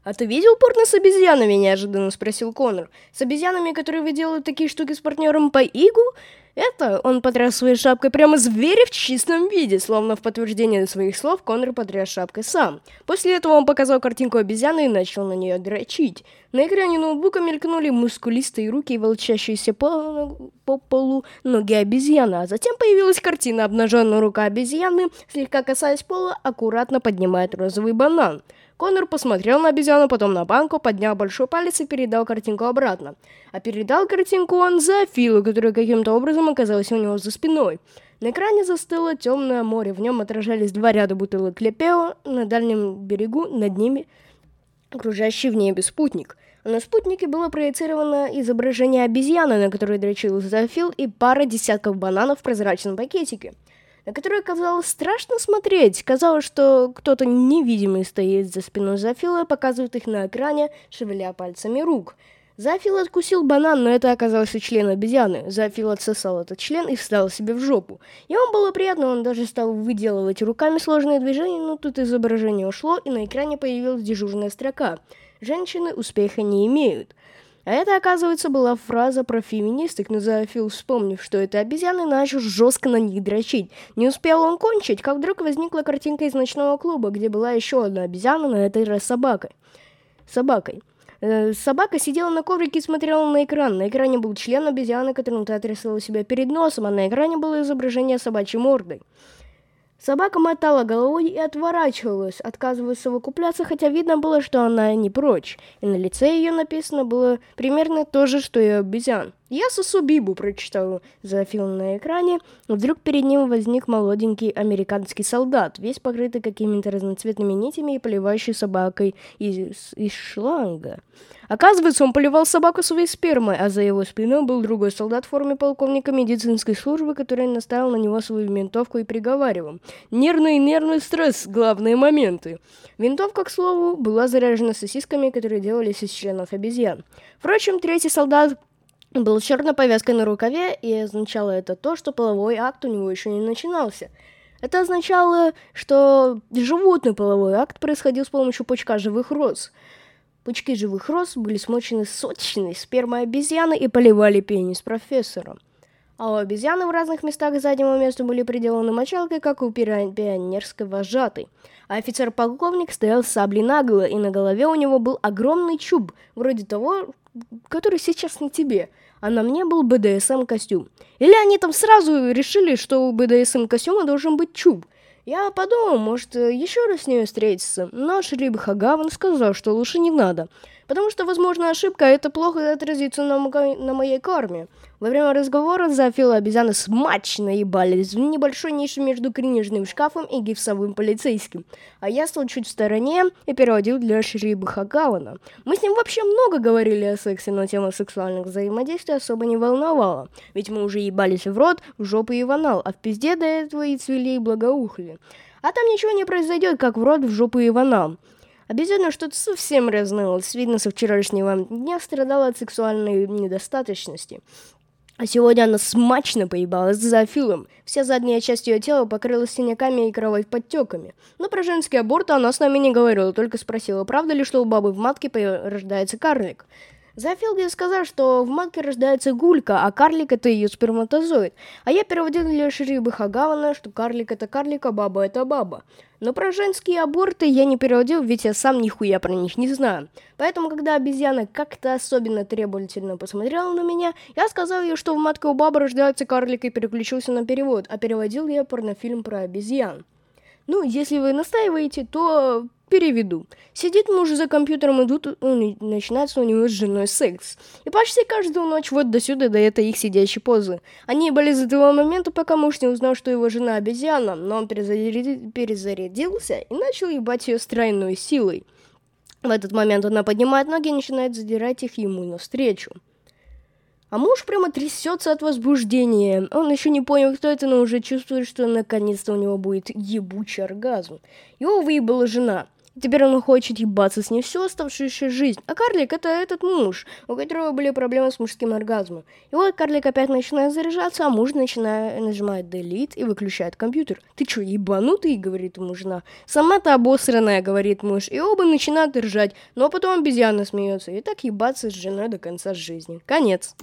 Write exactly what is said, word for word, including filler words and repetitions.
«А ты видел порно с обезьянами?» – неожиданно спросил Конор. «С обезьянами, которые выделывают такие штуки с партнером по игу?» Это он потряс своей шапкой прямо зверя в чистом виде, словно в подтверждение своих слов Конор потряс шапкой сам. После этого он показал картинку обезьяны и начал на нее дрочить. На экране ноутбука мелькнули мускулистые руки и волчащиеся по, по полу ноги обезьяны, а затем появилась картина. Обнаженная рука обезьяны, слегка касаясь пола, аккуратно поднимает розовый банан. Конор посмотрел на обезьяну, потом на банку, поднял большой палец и передал картинку обратно. А передал картинку он Зоофилу, которая каким-то образом оказалась у него за спиной. На экране застыло темное море, в нем отражались два ряда бутылок Лепео, на дальнем берегу над ними окружающий в небе спутник. А на спутнике было проецировано изображение обезьяны, на которой дрочил Зоофил, и пара десятков бананов в прозрачном пакетике, на которую казалось страшно смотреть. Казалось, что кто-то невидимый стоит за спиной Зоофила и показывает их на экране, шевеля пальцами рук. Зоофил откусил банан, но это оказался член обезьяны. Зоофил отсосал этот член и вставил себе в жопу. Ему было приятно, он даже стал выделывать руками сложные движения, но тут изображение ушло, и на экране появилась дежурная строка: «Женщины успеха не имеют». А это, оказывается, была фраза про феминисток, но Зоофил, вспомнив, что это обезьяны, начал жестко на них дрочить. Не успел он кончить, как вдруг возникла картинка из ночного клуба, где была еще одна обезьяна, на этой раз собакой. Собакой. Э, собака сидела на коврике и смотрела на экран. На экране был член обезьяны, которым та трясла себя перед носом, а на экране было изображение собачьей мордой. Собака мотала головой и отворачивалась, отказываясь совокупляться, хотя видно было, что она не прочь. И на лице ее написано было примерно то же, что и у обезьян. «Я сосу Бибу», — прочитал Зоофил на экране. Вдруг перед ним возник молоденький американский солдат, весь покрытый какими-то разноцветными нитями и поливающий собакой из, из шланга. Оказывается, он поливал собаку своей спермой, а за его спиной был другой солдат в форме полковника медицинской службы, который наставил на него свою винтовку и приговаривал: «Нервный и нервный стресс – главные моменты». Винтовка, к слову, была заряжена сосисками, которые делались из членов обезьян. Впрочем, третий солдат был с черной повязкой на рукаве, и означало это то, что половой акт у него еще не начинался. Это означало, что животный половой акт происходил с помощью пучка живых роз. Пучки живых роз были смочены сочной спермой обезьяны и поливали пенис профессора. А у обезьяны в разных местах к заднему месту были приделаны мочалкой, как у пионерской вожатой. А офицер-полковник стоял с саблей наголо, и на голове у него был огромный чуб, вроде того, который сейчас на тебе, а на мне был бэ дэ эс эм-костюм. Или они там сразу решили, что у бэ дэ эс эм-костюма должен быть чуб. Я подумал, может, еще раз с ней встретиться, но Шриб Хагаван сказал, что лучше не надо, потому что, возможно, ошибка, это плохо отразится на, мо- на моей карме. Во время разговора Зоофил и обезьяны смачно ебались в небольшой нише между книжным шкафом и гипсовым полицейским, а я стал чуть в стороне и переводил для Шриба Хагавана. Мы с ним вообще много говорили о сексе, но тема сексуальных взаимодействий особо не волновала, ведь мы уже ебались в рот, в жопу и в анал, а в пизде до этого и цвели и благоухали. А там ничего не произойдет, как в рот, в жопу и в анал. Обезьяна что-то совсем разнылась, видно, со вчерашнего дня страдала от сексуальной недостаточности. А сегодня она смачно поебалась с Зоофилом. Вся задняя часть ее тела покрылась синяками и кровоподтеками. Но про женский аборт она с нами не говорила, только спросила, правда ли, что у бабы в матке рождается карлик. Зоофил мне сказал, что в матке рождается гулька, а карлик — это ее сперматозоид. А я переводил для Шриба Хагавана, что карлик — это карлик, а баба — это баба. Но про женские аборты я не переводил, ведь я сам нихуя про них не знаю. Поэтому, когда обезьяна как-то особенно требовательно посмотрела на меня, я сказал ей, что в матке у бабы рождается карлик, и переключился на перевод, а переводил я порнофильм про обезьян. Ну, если вы настаиваете, то переведу. Сидит муж за компьютером, и тут ну, начинается у него с женой секс. И почти каждую ночь вот до сюда, до этой их сидящей позы. Они были до того момента, пока муж не узнал, что его жена обезьяна, но он перезаряди... перезарядился и начал ебать ее с тройной силой. В этот момент она поднимает ноги и начинает задирать их ему навстречу. А муж прямо трясется от возбуждения. Он еще не понял, кто это, но уже чувствует, что наконец-то у него будет ебучий оргазм. Его выебала жена. Теперь он хочет ебаться с ней всю оставшуюся жизнь. А карлик — это этот муж, у которого были проблемы с мужским оргазмом. И вот карлик опять начинает заряжаться, а муж начинает нажимать delete и выключает компьютер. «Ты чё, ебанутый?» — говорит ему жена. «Сама-то обосранная», — говорит муж. И оба начинают ржать, но потом обезьяна смеется. И так ебаться с женой до конца жизни. Конец.